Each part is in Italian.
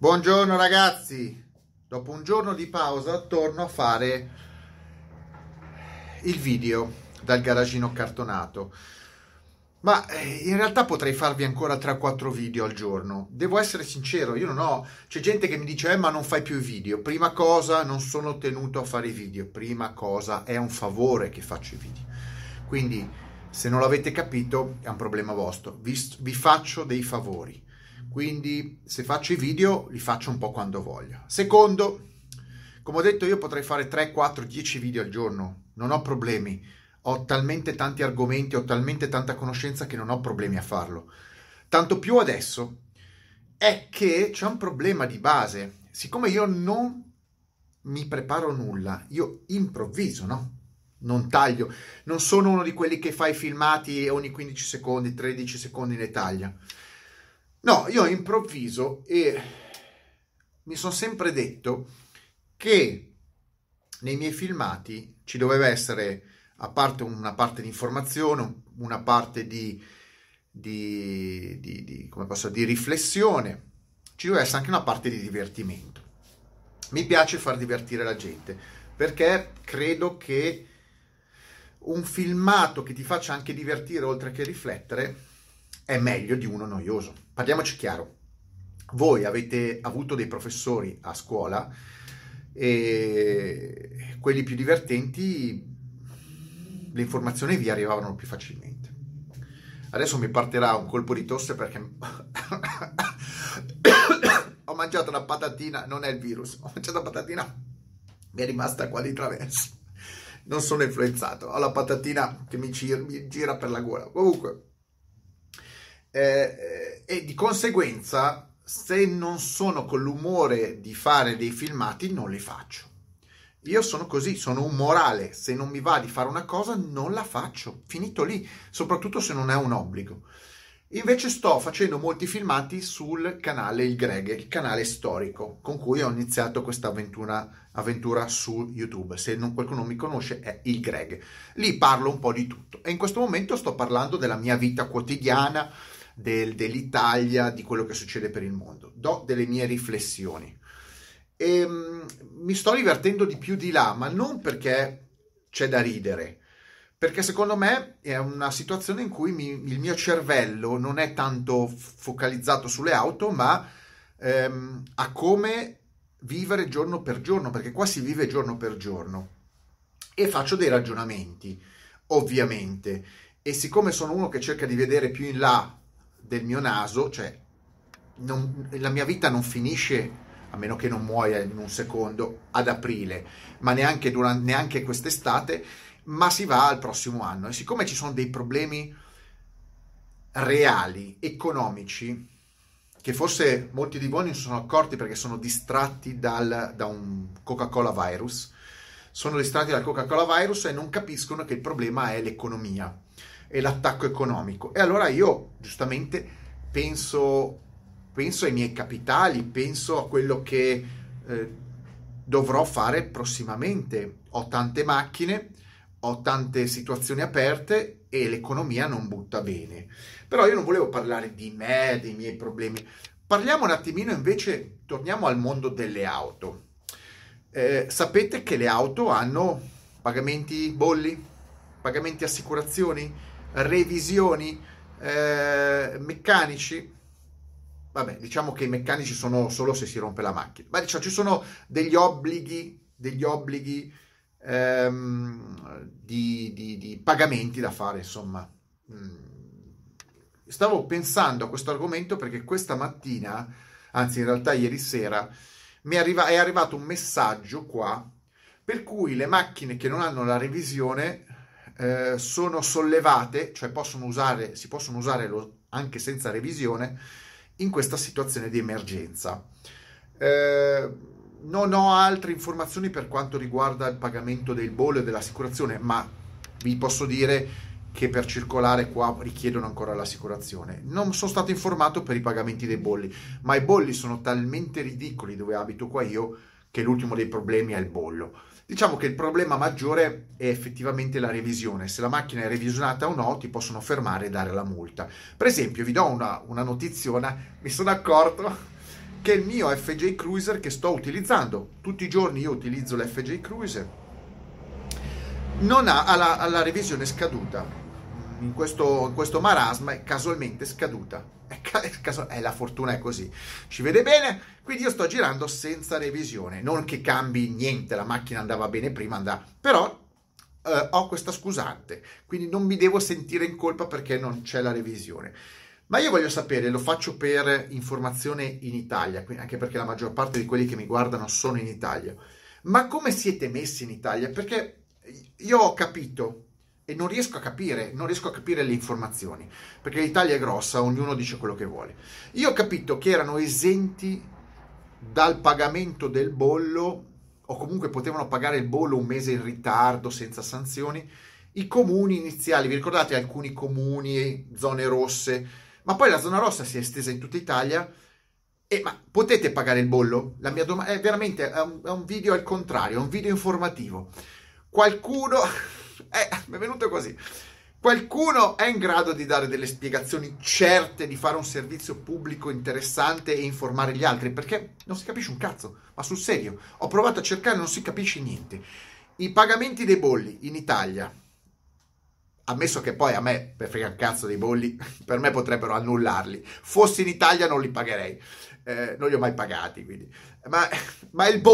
Buongiorno ragazzi, dopo un giorno di pausa torno a fare il video dal garagino cartonato, ma in realtà potrei farvi ancora 3-4 video al giorno. Devo essere sincero, io non ho... C'è gente che mi dice ma non fai più i video. Prima cosa, non sono tenuto a fare i video. Prima cosa, è un favore che faccio i video. Quindi, se non l'avete capito, è un problema vostro. Vi faccio dei favori. Quindi se faccio i video li faccio un po' quando voglio. Secondo, come ho detto, io potrei fare 3, 4, 10 video al giorno, non ho problemi, ho talmente tanti argomenti, ho talmente tanta conoscenza che non ho problemi a farlo. Tanto più adesso è che c'è un problema di base, siccome io non mi preparo nulla, io improvviso, no? Non taglio, non sono uno di quelli che fa i filmati e ogni 15 secondi, 13 secondi ne taglia. No, io improvviso e mi sono sempre detto che nei miei filmati ci doveva essere, a parte una parte di informazione, una parte di riflessione, ci doveva essere anche una parte di divertimento. Mi piace far divertire la gente, perché credo che un filmato che ti faccia anche divertire oltre che riflettere è meglio di uno noioso. Parliamoci chiaro. Voi avete avuto dei professori a scuola e quelli più divertenti, le informazioni vi arrivavano più facilmente. Adesso mi partirà un colpo di tosse perché ho mangiato una patatina, non è il virus, ho mangiato una patatina, mi è rimasta qua di traverso. Non sono influenzato, ho la patatina che mi gira per la gola. Comunque, e di conseguenza, se non sono con l'umore di fare dei filmati, non li faccio. Io sono così, sono un morale. Se non mi va di fare una cosa, non la faccio. Finito lì, soprattutto se non è un obbligo. Invece sto facendo molti filmati sul canale Il Greg, il canale storico, con cui ho iniziato questa avventura su YouTube. Se qualcuno non mi conosce, è Il Greg. Lì parlo un po' di tutto. E in questo momento sto parlando della mia vita quotidiana, dell'Italia, di quello che succede per il mondo. Do delle mie riflessioni. E mi sto divertendo di più di là, ma non perché c'è da ridere, perché secondo me è una situazione in cui il mio cervello non è tanto focalizzato sulle auto, ma a come vivere giorno per giorno, perché qua si vive giorno per giorno. E faccio dei ragionamenti, ovviamente, e siccome sono uno che cerca di vedere più in là del mio naso, cioè la mia vita non finisce, a meno che non muoia in un secondo, ad aprile, ma neanche quest'estate, ma si va al prossimo anno. E siccome ci sono dei problemi reali, economici, che forse molti di voi non sono accorti perché sono distratti da un Coca-Cola virus, sono distratti dal Coca-Cola virus e non capiscono che il problema è l'economia e l'attacco economico. E allora io giustamente penso ai miei capitali, penso a quello che dovrò fare prossimamente. Ho tante macchine, ho tante situazioni aperte e l'economia non butta bene. Però io non volevo parlare di me, dei miei problemi. Parliamo un attimino invece, torniamo al mondo delle auto. Sapete che le auto hanno pagamenti bolli, pagamenti assicurazioni, revisioni, meccanici. Vabbè, diciamo che i meccanici sono solo se si rompe la macchina, ma diciamo ci sono degli obblighi di pagamenti da fare, insomma. Stavo pensando a questo argomento perché questa mattina, anzi in realtà ieri sera, è arrivato un messaggio qua per cui le macchine che non hanno la revisione sono sollevate, cioè si possono usare anche senza revisione in questa situazione di emergenza. Non ho altre informazioni per quanto riguarda il pagamento del bollo e dell'assicurazione, ma vi posso dire che per circolare qua richiedono ancora l'assicurazione. Non sono stato informato per i pagamenti dei bolli, ma i bolli sono talmente ridicoli dove abito qua io che l'ultimo dei problemi è il bollo. Diciamo che il problema maggiore è effettivamente la revisione. Se la macchina è revisionata o no, ti possono fermare e dare la multa. Per esempio, vi do una notiziona, mi sono accorto che il mio FJ Cruiser che sto utilizzando. Tutti i giorni io utilizzo l'FJ Cruiser. Non ha la revisione scaduta. In questo marasma è casualmente scaduta. La fortuna è così. Ci vede bene, quindi io sto girando senza revisione. Non che cambi niente, la macchina andava bene prima, però ho questa scusante, quindi non mi devo sentire in colpa perché non c'è la revisione. Ma io voglio sapere, lo faccio per informazione in Italia, anche perché la maggior parte di quelli che mi guardano sono in Italia. Ma come siete messi in Italia? Perché io ho capito e non riesco a capire le informazioni, perché l'Italia è grossa, ognuno dice quello che vuole. Io ho capito che erano esenti dal pagamento del bollo, o comunque potevano pagare il bollo un mese in ritardo senza sanzioni, i comuni iniziali. Vi ricordate alcuni comuni, zone rosse? Ma poi la zona rossa si è estesa in tutta Italia. Ma potete pagare il bollo? La mia domanda è veramente è un video al contrario, è un video informativo. Qualcuno mi è venuto così. Qualcuno è in grado di dare delle spiegazioni certe, di fare un servizio pubblico interessante e informare gli altri? Perché non si capisce un cazzo, ma sul serio. Ho provato a cercare e non si capisce niente. I pagamenti dei bolli in Italia, ammesso che poi a me per frega un cazzo dei bolli, per me potrebbero annullarli. Fossi in Italia non li pagherei, non li ho mai pagati, quindi. Ma il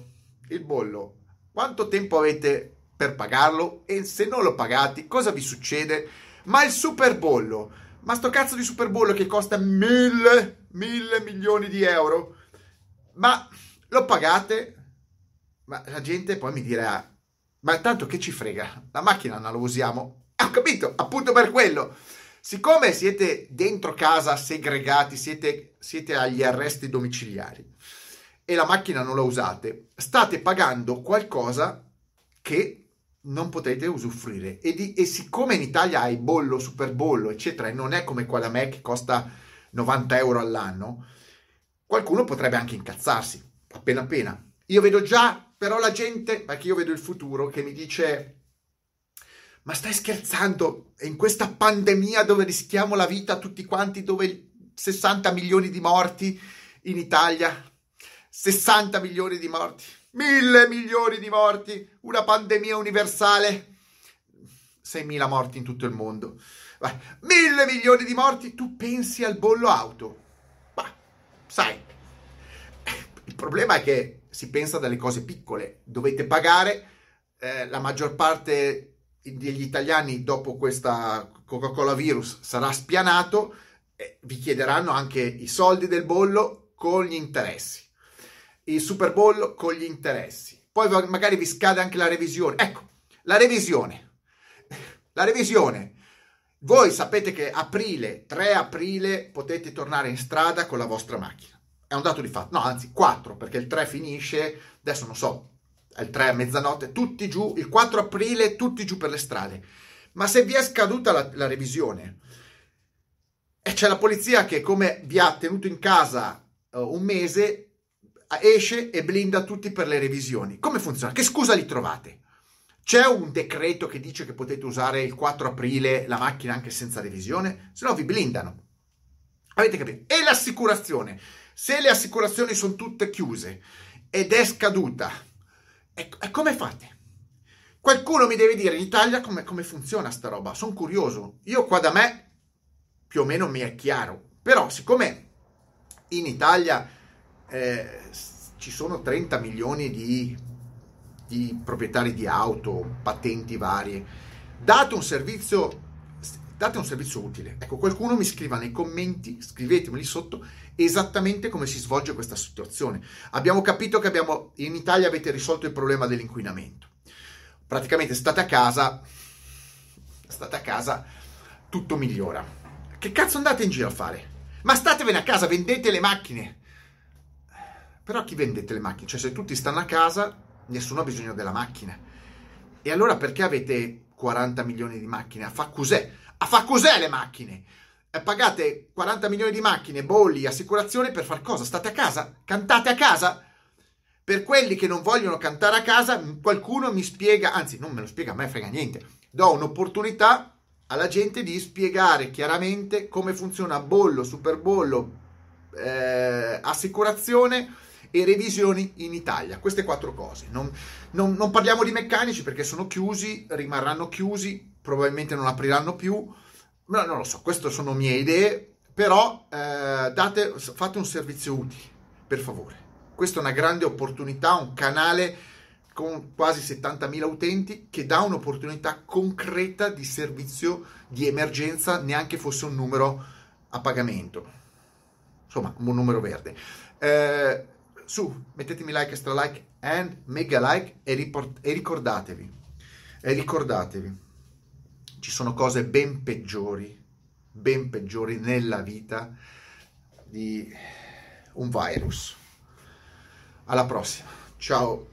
bollo, quanto tempo avete per pagarlo? E se non lo pagati, cosa vi succede? Ma il superbollo, ma sto cazzo di superbollo che costa 1.000 milioni di euro, ma lo pagate? Ma la gente poi mi dirà, ma tanto che ci frega, la macchina non la usiamo. Ho capito, appunto per quello. Siccome siete dentro casa segregati, siete agli arresti domiciliari e la macchina non la usate, state pagando qualcosa che non potete usufruire. E siccome in Italia hai bollo, superbollo, eccetera, e non è come qua da me che costa 90 euro all'anno, qualcuno potrebbe anche incazzarsi, appena appena. Io vedo già, però la gente, perché io vedo il futuro, che mi dice: ma stai scherzando? In questa pandemia dove rischiamo la vita tutti quanti, dove 60 milioni di morti in Italia, 60 milioni di morti, 1.000 milioni di morti, una pandemia universale, 6.000 morti in tutto il mondo, 1.000 milioni di morti, tu pensi al bollo auto? Ma sai, il problema è che si pensa dalle cose piccole, dovete pagare, la maggior parte degli italiani dopo questa Coca-Cola virus sarà spianato, vi chiederanno anche i soldi del bollo con gli interessi, il superbollo con gli interessi, poi magari vi scade anche la revisione. Ecco, la revisione, voi sapete che 3 aprile potete tornare in strada con la vostra macchina, è un dato di fatto, no anzi 4, perché il 3 finisce, adesso non so, il 3 a mezzanotte, tutti giù, il 4 aprile tutti giù per le strade. Ma se vi è scaduta la revisione e c'è la polizia che, come vi ha tenuto in casa un mese, esce e blinda tutti per le revisioni, come funziona? Che scusa li trovate? C'è un decreto che dice che potete usare il 4 aprile la macchina anche senza revisione? Se no vi blindano. Avete capito? E l'assicurazione, se le assicurazioni sono tutte chiuse ed è scaduta, e come fate? Qualcuno mi deve dire in Italia come funziona sta roba. Sono curioso. Io qua da me più o meno mi è chiaro. Però siccome in Italia ci sono 30 milioni di proprietari di auto, patenti varie, date un servizio utile. Ecco, qualcuno mi scriva nei commenti, scrivetemeli sotto, esattamente come si svolge questa situazione. Abbiamo capito che in Italia avete risolto il problema dell'inquinamento. Praticamente state a casa, tutto migliora. Che cazzo andate in giro a fare? Ma statevene a casa, vendete le macchine. Però a chi vendete le macchine? Cioè, se tutti stanno a casa, nessuno ha bisogno della macchina. E allora perché avete 40 milioni di macchine? A fa cos'è le macchine? Pagate 40 milioni di macchine, bolli, assicurazione per far cosa? State a casa? Cantate a casa? Per quelli che non vogliono cantare a casa, qualcuno mi spiega, anzi non me lo spiega, a me frega niente, do un'opportunità alla gente di spiegare chiaramente come funziona bollo, superbollo, assicurazione e revisioni in Italia. Queste 4 cose. Non parliamo di meccanici perché sono chiusi, rimarranno chiusi, probabilmente non apriranno più. No, non lo so, queste sono mie idee, però fate un servizio utile, per favore. Questa è una grande opportunità, un canale con quasi 70.000 utenti che dà un'opportunità concreta di servizio di emergenza, neanche fosse un numero a pagamento, insomma un numero verde. Su, mettetemi like, extra like and mega like e ricordatevi, ci sono cose ben peggiori nella vita di un virus. Alla prossima, ciao.